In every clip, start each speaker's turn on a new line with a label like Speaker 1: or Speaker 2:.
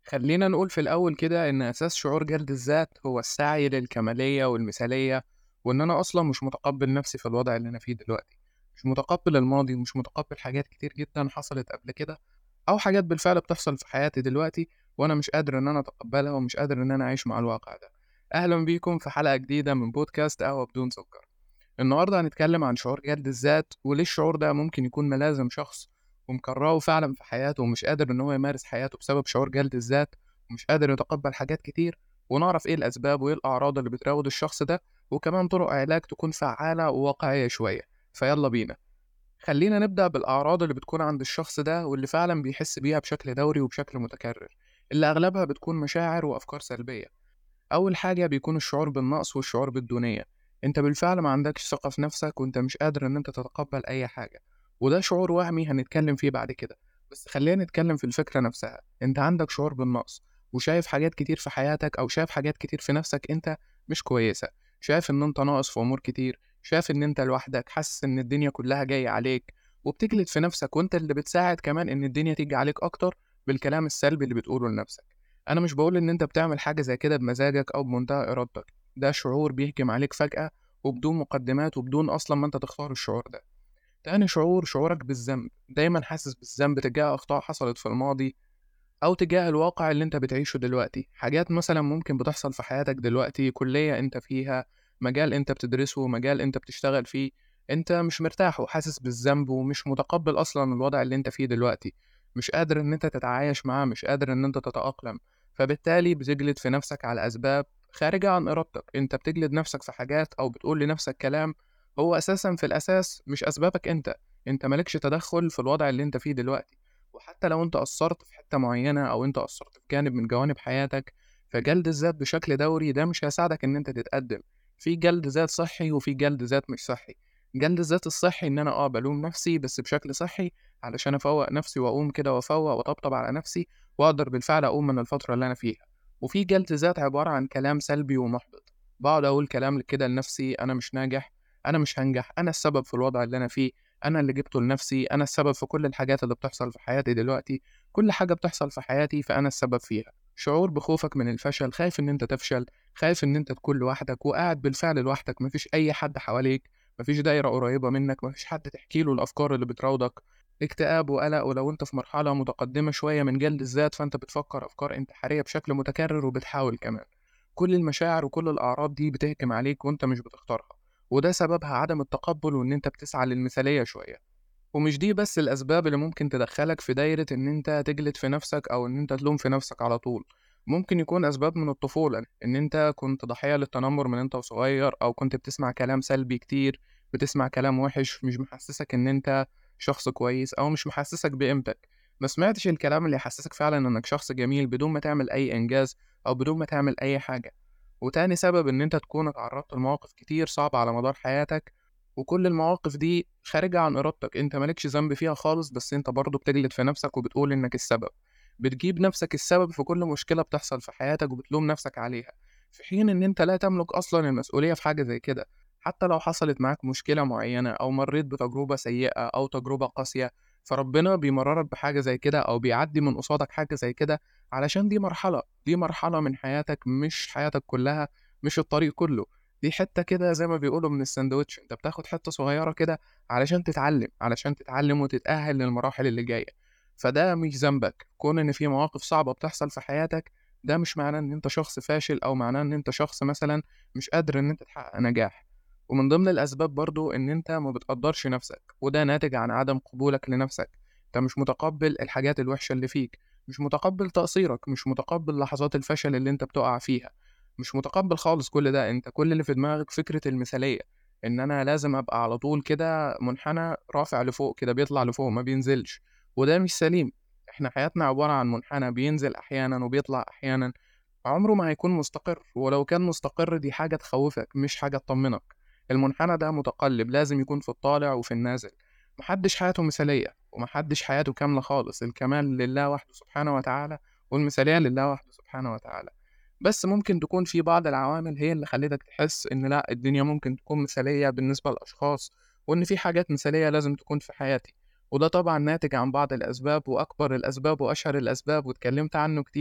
Speaker 1: خلّينا نقول في الأول كده إن أساس شعور جلد الذات هو السعي للكمالية والمثالية، وإن أنا أصلًا مش متقبّل نَفْسي في الوضع اللي أنا فيه دلوقتي، مش متقبّل الماضي ومش متقبّل حاجات كتير جدًا حصلت قبل كده، أو حاجات بالفعل بتحصل في حياتي دلوقتي وأنا مش قادر إن أنا أتقبّلها ومش قادر إن أنا أعيش مع الواقع ده. أهلًا بيكم في حلقة جديدة من بودكاست قهوة بدون سُكّر. النهارده هنتكلم عن شعور جلد الذات وليه الشعور ده ممكن يكون ملازم شخص ومكرهه فعلا في حياته ومش قادر ان هو يمارس حياته بسبب شعور جلد الذات ومش قادر يتقبل حاجات كتير، ونعرف ايه الاسباب وايه الاعراض اللي بتراود الشخص ده، وكمان طرق علاج تكون فعالة وواقعية شوية. فيلا بينا. خلينا نبدأ بالأعراض اللي بتكون عند الشخص ده واللي فعلا بيحس بيها بشكل دوري وبشكل متكرر، اللي أغلبها بتكون مشاعر وأفكار سلبية. أول حاجة بيكون الشعور بالنقص والشعور بالدونية. أنت بالفعل ما عندكش ثقة في نفسك وأنت مش قادر إن أنت تتقبل أي حاجة، وده شعور وهمي هنتكلم فيه بعد كده. بس خلينا نتكلم في الفكرة نفسها. أنت عندك شعور بالنقص وشايف حاجات كتير في حياتك أو شايف حاجات كتير في نفسك أنت مش كويسة، شايف إن أنت ناقص في أمور كتير، شايف إن أنت لوحدك، حاسس إن الدنيا كلها جاية عليك، وبتجلد في نفسك وأنت اللي بتساعد كمان إن الدنيا تيجي عليك أكتر بالكلام السلبي اللي بتقوله لنفسك. أنا مش باقول إن أنت بتعمل حاجة زي كده بمزاجك أو بمنتهى إرادتك، ده شعور بيهجم عليك فجأة وبدون مقدمات وبدون أصلًا ما أنت تختار الشعور ده. تاني شعور، شعورك بالذنب، دايمًا حاسس بالذنب تجاه أخطاء حصلت في الماضي أو تجاه الواقع اللي أنت بتعيشه دلوقتي، حاجات مثلًا ممكن بتحصل في حياتك دلوقتي، كلية أنت فيها، مجال أنت بتدرسه، مجال أنت بتشتغل فيه، أنت مش مرتاح وحاسس بالذنب ومش متقبل أصلًا الوضع اللي أنت فيه دلوقتي، مش قادر إن أنت تتعايش معاه، مش قادر إن أنت تتأقلم، فبالتالي بتجلد في نفسك على أسباب خارجة عن إرادتك، أنت بتجلد نفسك في حاجات أو بتقول لنفسك كلام هو أساسًا في الأساس مش أسبابك أنت، أنت ما لكش تدخُّل في الوضع اللي أنت فيه دلوقتي. وحتى لو أنت قصّرت في حتّة معيّنة أو أنت قصّرت في جانب من جوانب حياتك، فجلد الذات بشكل دوري ده مش هيساعدك إن أنت تتقدّم. في جلد ذات صحّي وفي جلد ذات مش صحّي. جلد الذات الصحّي إن أنا بالوم نَفْسي بس بشكل صحّي علشان أفوّق نَفْسي وأقوم كده وأفوّق وأطبطب على نَفْسي وأقدر بالفعل أقوم من الفترة اللي أنا فيها. وفي جلد ذات عبارة عن كلام سلبي ومُحبِط، باقعد أقول كلام كده لنَفْسي: أنا مش ناجح، أنا مش هانجح، أنا السبب في الوضع اللي أنا فيه، أنا اللي جِبته لنَفْسي، أنا السبب في كل الحاجات اللي بتحصل في حياتي دلوقتي، كل حاجة بتحصل في حياتي فأنا السبب فيها. شعور بخوفك من الفشل، خايف إن أنت تفشل، خايف إن أنت تكون لوحدك وقاعد بالفعل لوحدك، ما فيش أي حد حواليك، ما فيش دايرة قريبة منك، ما فيش حد تحكي له الأفكار اللي بتراودك، اكتئاب وقلق. ولو أنت في مرحلة متقدمة شوية من جلد الذات فأنت بتفكر أفكار انتحارية بشكل متكرر وبتحاول كمان. كل المشاعر وكل الأعراض دي بتهجم عليك وأنت مش بتختارها، وده سببها عدم التقبل وإن أنت بتسعى للمثالية شوية. ومش دي بس الأسباب اللي ممكن تدخّلك في دايرة إن أنت تجلد في نَفْسك أو إن أنت تلوم في نَفْسك على طول، ممكن يكون أسباب من الطفولة، إن أنت كنت ضحية للتنمر من أنت وصغير أو كنت بتسمع كلام سلبي كتير، بتسمع كلام وِحِش مش محسّسك إن أنت شخص كويس أو مش محسّسك بقيمتك، ما سمعتش الكلام اللي يحسّسك فعلًا إنّك شخص جميل بدون ما تعمل أي إنجاز أو بدون ما تعمل أي حاجة. وتاني سبب إن أنت تكون اتعرّضت لمواقف كتير صعبة على مدار حياتك، وكل المواقف دي خارجة عن إرادتك، أنت ما لكش ذنب فيها خالص، بس أنت برضه بتجلد في نَفْسك وبتقول إنّك السبب، بتجيب نَفْسك السبب في كل مشكلة بتحصل في حياتك وبتلوم نَفْسك عليها، في حين إن أنت لا تملك أصلًا المسؤولية في حاجة زي كده. حتى لو حصلت معاك مشكلة معيّنة أو مرّيت بتجربة سيئة أو تجربة قاسية، فربنا بيمرّرك بحاجة زي كده أو بيعدّي من قصادك حاجة زي كده علشان دي مرحلة، دي مرحلة من حياتك مش حياتك كلّها، مش الطريق كلّه. دي حتّة كده زي ما بيقولوا من الساندوتش، أنت بتاخد حتّة صغيّرة كده علشان تتعلّم، علشان تتعلّم وتتأهّل للمراحل اللي جاية. فده مش ذنبك، كون إن في مواقف صعبة بتحصل في حياتك، ده مش معناه إن أنت شخص فاشل أو معناه إن أنت شخص مثلًا مش قادر إن أنت تحقق نجاح. ومن ضمن الأسباب برضه إن أنت ما بتقدّرش نَفْسك، وده ناتج عن عدم قبولك لنَفْسك، أنت مش متقبّل الحاجات الوحشة اللي فيك، مش متقبّل تقصيرك، مش متقبّل لحظات الفشل اللي أنت بتُقع فيها. مش متقبّل خالص كل ده، أنت كل اللي في دماغك فكرة المثالية، إن أنا لازم أبقى على طول كده منحنى رافع لفوق كده، بيطلع لفوق ما بينزلش، وده مش سليم. إحنا حياتنا عبارة عن منحنى بينزل أحيانًا وبيطلع أحيانًا، عمره ما هيكون مستقر، ولو كان مستقر دي حاجة تخوّفك مش حاجة تطمّنك. المنحنى ده متقلّب، لازم يكون في الطالع وفي النازل. ما حدّش حياته مثالية، وما حدّش حياته كاملة خالص، الكمال لله وحده سبحانه وتعالى، والمثالية لله وحده سبحانه وتعالى. بس ممكن تكون في بعض العوامل هي اللي خلّتك تحس إن لأ، الدنيا ممكن تكون مثالية بالنسبة للأشخاص، وإن في حاجات مثالية لازم تكون في حياتي، وده طبعًا ناتج عن بعض الأسباب، وأكبر الأسباب وأشهر الأسباب واتكلّمت عنّه كتير،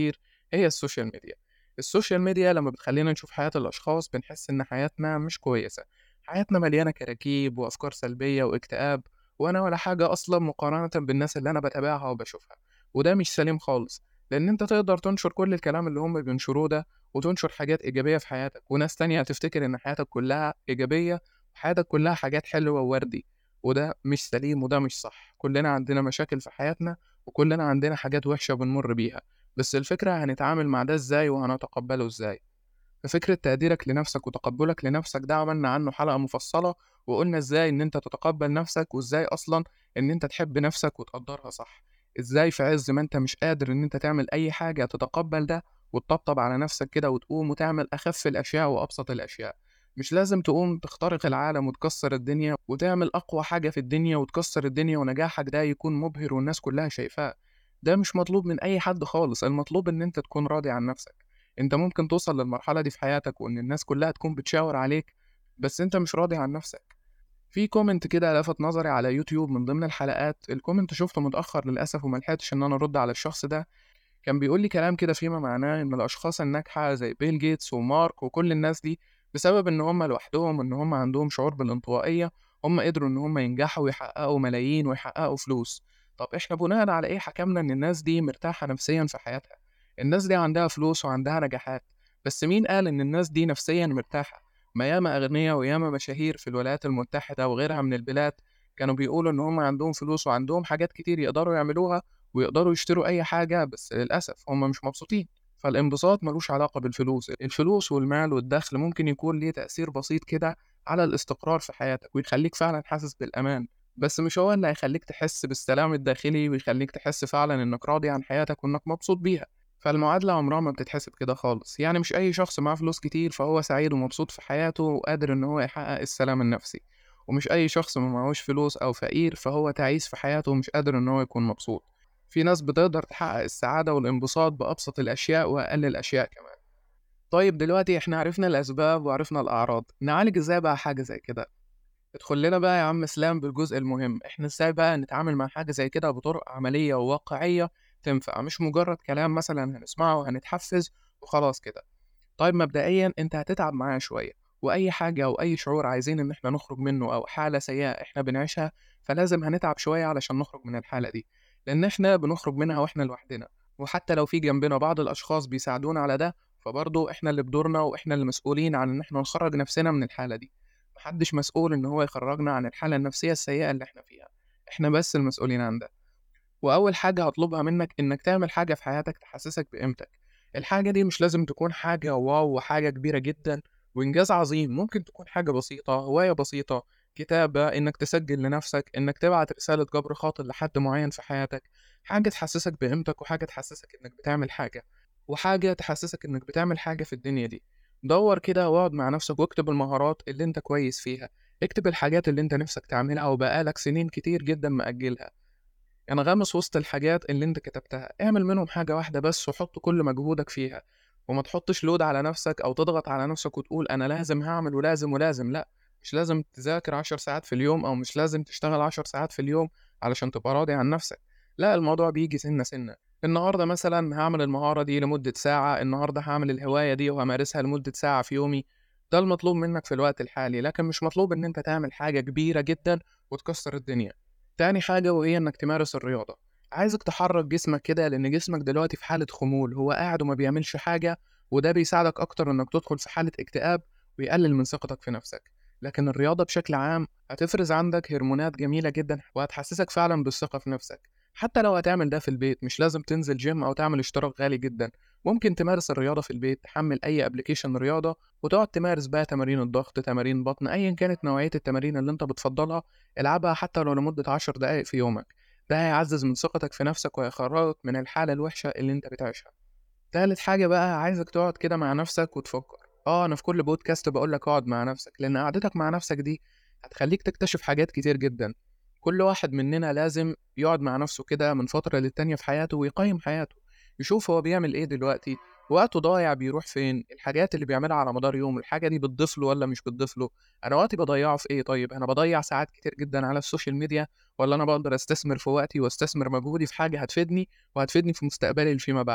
Speaker 1: هي السوشيال ميديا. السوشيال ميديا لمّا بتخلّينا نشوف حياة الأشخاص بنحس إن حياتنا مش كويسة، حياتنا مليانة كراكيب وأفكار سلبية واكتئاب، وأنا ولا حاجة أصلًا مقارنةً بالناس اللي أنا باتابعها وباشوفها، وده مش سليم خالص، لإن أنت تقدر تنشر كل الكلام اللي هُم بينشروه ده، وتنشر حاجات إيجابية في حياتك، وناس تانية هتفتكر إن حياتك كلها إيجابية، وحياتك كلها حاجات حلوة ووردي، وده مش سليم وده مش صح، كلنا عندنا مشاكل في حياتنا، وكلنا عندنا حاجات وحشة بنمُر بيها. بس الفكرة هنتعامل مع ده إزاي وهنتقبّله إزاي. ففكرة تقديرك لنَفْسك وتقبُّلك لنَفْسك ده عملنا عنّه حلقة مفصّلة، وقُلنا إزاي إن أنت تتقبّل نَفْسك وإزاي أصلًا إن أنت تحب نَفْسك وتقدّرها صح. إزاي في عِز ما أنت مش قادر إن أنت تعمل أي حاجة تتقبّل ده وتطبطب على نَفْسك كده وتقوم وتعمل أخَف الأشياء وأبسط الأشياء. مش لازم تقوم تخترق العالم وتكسّر الدنيا وتعمل أقوى حاجة في الدنيا وتكسّر الدنيا ونجاحك ده يكون مُبهِر والناس كُلّها شايفاه. ده مش مطلوب من أي حد خالص، المطلوب إن أنت تكون راضي عن نَفْسك. أنت ممكن توصل للمرحلة دي في حياتك وإن الناس كلّها تكون بتشاور عليك، بس أنت مش راضي عن نَفْسك. في comment كده لَفَت نظري على يوتيوب من ضمن الحلقات، الcomment شُفته متأخّر للأسف وما لحقتش إن أنا أرُد على الشخص ده، كان بيقول لي كلام كده فيما معناه إن الأشخاص الناجحة زي بيل جيتس ومارك وكل الناس دي، بسبب إن هم لوحدهم وإن هم عندهم شعور بالانطوائية، هم قدروا إن هم ينجحوا ويحققوا ملايين ويحققوا فلوس. طب إحنا بناءً على إيه حكمنا إن الناس دي مرتاحة نفسيًا في حياتها؟ الناس دي عندها فلوس وعندها نجاحات، بس مين قال إن الناس دي نفسيًا مرتاحة؟ ما ياما أغنيا وياما مشاهير في الولايات المتحدة وغيرها من البلاد كانوا بيقولوا إن هم عندهم فلوس وعندهم حاجات كتير يقدروا يعملوها ويقدروا يشتروا أي حاجة، بس للأسف هم مش مبسوطين. فالانبساط ملوش علاقة بالفلوس، الفلوس والمال والدخل ممكن يكون ليه تأثير بسيط كده على الاستقرار في حياتك ويخليك فعلا حاسس بالأمان، بس مش هو اللي هيخليك تحس بالسلام الداخلي ويخليك تحس فعلا إنك راضي عن حياتك وإنك مبسوط بيها. فالمعادلة عمرها ما بتتحسب كده خالص، يعني مش أي شخص معاه فلوس كتير فهو سعيد ومبسوط في حياته وقادر إن هو يحقق السلام النفسي، ومش أي شخص ما معهوش فلوس أو فقير فهو تعيس في حياته ومش قادر إن هو يكون مبسوط. في ناس بتقدر تحقق السعادة والانبساط بأبسط الأشياء وأقل الأشياء كمان. طيب دلوقتي إحنا عرفنا الأسباب وعرفنا الأعراض، نعالج إزاي بقى حاجة زي كده؟ ادخل لنا بقى يا عم إسلام بالجزء المهم، إحنا إزاي بقى نتعامل مع حاجة زي كده بطرق عملية وواقعية تنفع، مش مجرد كلام مثلا هنسمعه وهنتحفز وخلاص كده. طيب مبدئيًا أنت هتتعب معاه شوية، وأي حاجة أو أي شعور عايزين إن إحنا نخرج منه أو حالة سيئة إحنا بنعيشها، فلازم هنتعب شوية علشان نخرج من الحالة دي، لإن إحنا بنخرج منها وإحنا لوحدنا، وحتى لو في جنبنا بعض الأشخاص بيساعدونا على ده، فبرضه إحنا اللي بدورنا وإحنا اللي مسؤولين عن إن إحنا نخرّج نفسنا من الحالة دي، ما حدش مسؤول إن هو يخرجنا عن الحالة النفسية السيئة اللي إحنا فيها، إحنا بس المسؤولين عن ده. وأول حاجة هاطلبها منك إنك تعمل حاجة في حياتك تحسسك بقيمتك. الحاجة دي مش لازم تكون حاجة واو وحاجة كبيرة جدًا وإنجاز عظيم، ممكن تكون حاجة بسيطة، هواية بسيطة، كتابة، إنك تسجل لنفسك، إنك تبعت رسالة جبر خاطر لحد معين في حياتك، حاجة تحسسك بقيمتك وحاجة تحسسك إنك بتعمل حاجة، وحاجة تحسسك إنك بتعمل حاجة في الدنيا دي. دَوّر كده واقعد مع نفسك واكتب المهارات اللي أنت كويس فيها، اكتب الحاجات اللي أنت نفسك تعملها وبقى لك سنين كتير جدًا مأجلها. انغمس وسط الحاجات اللي انت كتبتها، اعمل منهم حاجة واحدة بس وحط كل مجهودك فيها، وما تحطش لود على نفسك او تضغط على نفسك وتقول انا لازم هعمل ولازم ولازم، لا، مش لازم تذاكر 10 ساعات في اليوم او مش لازم تشتغل 10 ساعات في اليوم علشان تبقى راضي عن نفسك. لا، الموضوع بيجي سنة سنة. النهاردة مثلا هعمل المهارة دي لمدة ساعة، النهاردة هعمل الهواية دي وهمارسها لمدة ساعة في يومي. ده المطلوب منك في الوقت الحالي، لكن مش مطلوب ان انت تعمل حاجة كبيرة جدا وتكسر الدنيا. تاني حاجة وهي إنك تمارس الرياضة، عايزك تحرك جسمك كده لأن جسمك دلوقتي في حالة خمول، هو قاعد وما بيعملش حاجة، وده بيساعدك أكتر إنك تدخل في حالة اكتئاب ويقلل من ثقتك في نفسك. لكن الرياضة بشكل عام هتفرز عندك هرمونات جميلة جدا وهتحسسك فعلا بالثقة في نفسك. حتى لو هتعمل ده في البيت، مش لازم تنزل جيم أو تعمل اشتراك غالي جدا، ممكن تمارس الرياضة في البيت، تحمل أي ابلكيشن رياضة وتقعد تمارس بقى تمارين الضغط، تمارين بطن، أيا كانت نوعية التمارين اللي أنت بتفضلها، العبها حتى لو لمدة 10 دقايق في يومك. ده هيعزز من ثقتك في نفسك وهيخرجك من الحالة الوحشة اللي انت بتعيشها. تالت حاجة بقى عايزك تقعد كده مع نفسك وتفكر. أنا في كل بودكاست بقولك اقعد مع نفسك، لأن قعدتك مع نفسك دي هتخليك تكتشف حاجات كتير جدا. كل واحد مننا لازم يقعد مع نفسه كده من فترة للتانية في حياته ويقيم حياته، يشوف هو بيعمل ايه دلوقتي، وقته ضايع بيروح فين، الحاجات اللي بيعملها على مدار يوم الحاجة دي بتضيف له ولا مش بتضيف له. أنا وقتي بضيعه في ايه؟ طيب أنا بضيع ساعات كتير جدا على السوشيال ميديا، ولا أنا بقدر أستثمر في وقتي وأستثمر مجهودي في حاجة هتفيدني وهتفيدني في مستقبلي اللي فيما بعد.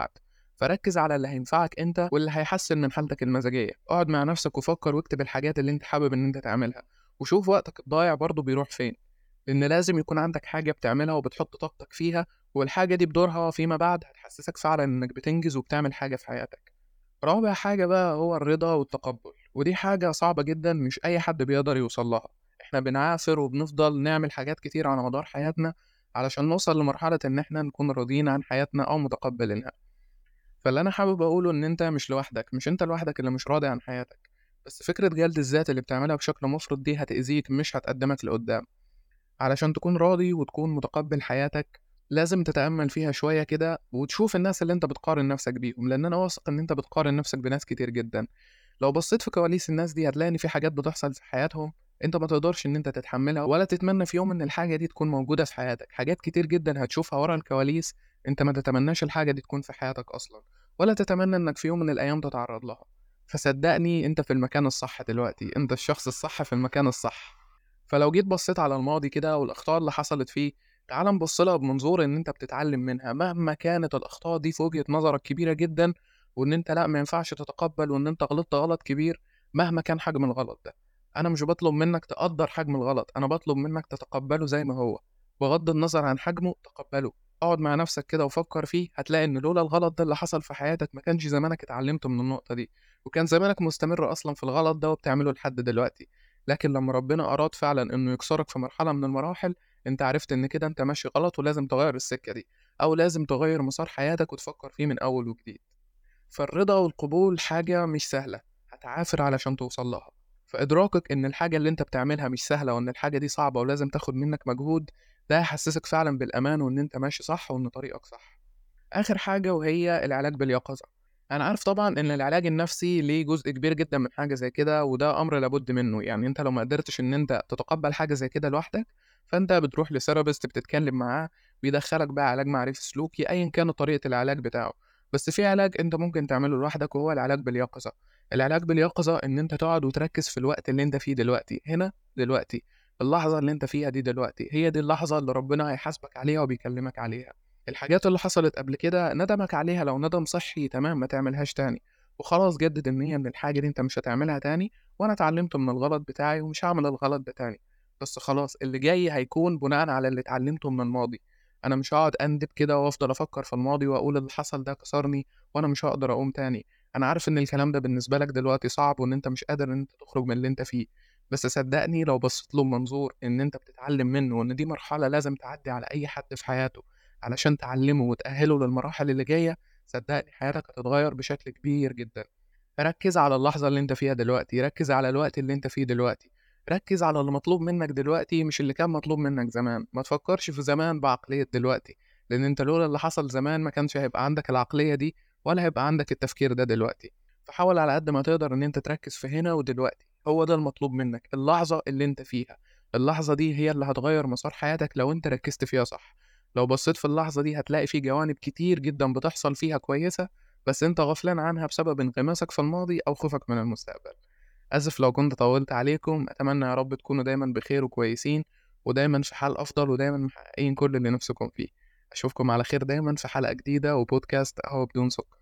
Speaker 1: فركز على اللي هينفعك انت واللي هيحسن من حالتك المزاجيه. اقعد مع نفسك وفكر واكتب الحاجات اللي انت حابب ان انت تعملها، وشوف وقتك الضايع برضه بيروح فين، لان لازم يكون عندك حاجه بتعملها وبتحط طاقتك فيها، والحاجه دي بدورها فيما بعد هتحسسك فعلا انك بتنجز وبتعمل حاجه في حياتك. رابع حاجة بقى هو الرضا والتقبل، ودي حاجة صعبة جدا مش أي حد بيقدر يوصل لها. احنا بنعافر وبنفضل نعمل حاجات كتير على مدار حياتنا علشان نوصل لمرحلة إن احنا نكون راضيين عن حياتنا أو متقبلينها. فاللي أنا حابب أقوله إن أنت مش لوحدك، مش أنت لوحدك اللي مش راضي عن حياتك، بس فكرة جلد الذات اللي بتعملها بشكل مفرط دي هتأذيك مش هتقدمك لقدام. علشان تكون راضي وتكون متقبل حياتك لازم تتأمل فيها شوية كده وتشوف الناس اللي انت بتقارن نفسك بيهم، لأن أنا واثق إن انت بتقارن نفسك بناس كتير جدا. لو بصيت في كواليس الناس دي هتلاقي إن في حاجات بتحصل في حياتهم انت ما تقدرش ان انت تتحملها ولا تتمنى في يوم ان الحاجة دي تكون موجودة في حياتك. حاجات كتير جدا هتشوفها ورا الكواليس انت ما تتمناش الحاجة دي تكون في حياتك اصلا، ولا تتمنى انك في يوم من الايام تتعرض لها. فصدقني انت في المكان الصح دلوقتي، انت الشخص الصح في المكان الصح. فلو جيت بصيت على الماضي كده والاخطاء اللي حصلت فيه، تعال نبص لها بمنظور ان انت بتتعلم منها مهما كانت الاخطاء دي في وجهة نظرك كبيرة جدا، وان انت لا ما ينفعش تتقبل وان انت غلطت غلط كبير مهما كان حجم الغلط ده. انا مش بطلب منك تقدر حجم الغلط، انا بطلب منك تتقبله زي ما هو، بغض النظر عن حجمه تقبله. اقعد مع نفسك كده وفكر فيه، هتلاقي ان لولا الغلط ده اللي حصل في حياتك ما كانش زمانك اتعلمت من النقطة دي، وكان زمانك مستمر اصلا في الغلط ده وبتعمله لحد دلوقتي. لكن لما ربنا اراد فعلا انه يكسرك في مرحلة من المراحل، انت عرفت ان كده انت ماشي غلط ولازم تغير السكة دي، او لازم تغير مسار حياتك وتفكر فيه من اول وجديد. فالرضا والقبول حاجة مش سهلة، هتعافر علشان توصل لها. فإدراكك إن الحاجة اللي أنت بتعملها مش سهلة وإن الحاجة دي صعبة ولازم تاخد منك مجهود، ده هيحسسك فعلا بالأمان وإن أنت ماشي صح وإن طريقك صح. آخر حاجة وهي العلاج باليقظة. أنا عارف طبعا إن العلاج النفسي ليه جزء كبير جدا من حاجة زي كده، وده أمر لابد منه. يعني أنت لو ما قدرتش إن أنت تتقبل حاجة زي كده لوحدك، فأنت بتروح لثيرابيست بتتكلم معاه، بيدخلك بقى علاج معرفي سلوكي أيا كانت طريقة العلاج بتاعه. بس في علاج أنت ممكن تعمله لوحدك وهو العلاج باليقظة. العلاج باليقظة إن أنت تقعد وتركز في الوقت اللي أنت فيه دلوقتي، هنا دلوقتي، اللحظة اللي أنت فيها دي دلوقتي هي دي اللحظة اللي ربنا هيحاسبك عليها وبيكلمك عليها. الحاجات اللي حصلت قبل كده ندمك عليها لو ندم صحي تمام ما تعملهاش تاني، وخلاص جدد النية ان الحاجة دي انت مش هتعملها تاني، وانا اتعلمت من الغلط بتاعي ومش هعمل الغلط ده تاني. بس خلاص اللي جاي هيكون بناء على اللي اتعلمته من الماضي. انا مش هقعد اندب كده وافضل افكر في الماضي واقول اللي حصل ده كسرني وانا مش هقدر اقوم تاني. انا عارف ان الكلام ده بالنسبة لك دلوقتي صعب وان انت مش قادر ان انت تخرج من اللي انت فيه، بس صدقني لو بصيت له بمنظور ان انت بتتعلم منه وان دي مرحلة لازم تعدي على اي حد في حياته علشان تعلمه وتأهله للمراحل اللي جاية، صدقني حياتك هتتغير بشكل كبير جدا. ركز على اللحظة اللي انت فيها دلوقتي، ركز على الوقت اللي انت فيه دلوقتي، ركز على اللي مطلوب منك دلوقتي مش اللي كان مطلوب منك زمان. ما تفكرش في زمان بعقلية دلوقتي، لأن انت لولا اللي حصل زمان ما كانش هيبقى عندك العقلية دي ولا هيبقى عندك التفكير ده دلوقتي. فحاول على قد ما تقدر ان انت تركز في هنا ودلوقتي، هو ده المطلوب منك، اللحظة اللي انت فيها. اللحظة دي هي اللي هتغير مسار حياتك لو انت ركزت فيها صح. لو بصيت في اللحظة دي هتلاقي في جوانب كتير جدا بتحصل فيها كويسة، بس انت غفلان عنها بسبب انغماسك في الماضي او خوفك من المستقبل. اسف لو كنت طولت عليكم، اتمنى يا رب تكونوا دايما بخير وكويسين ودايما في حال افضل ودايما محققين كل اللي نفسكم فيه. اشوفكم على خير دايما في حلقة جديدة وبودكاست قهوة بدون سكر.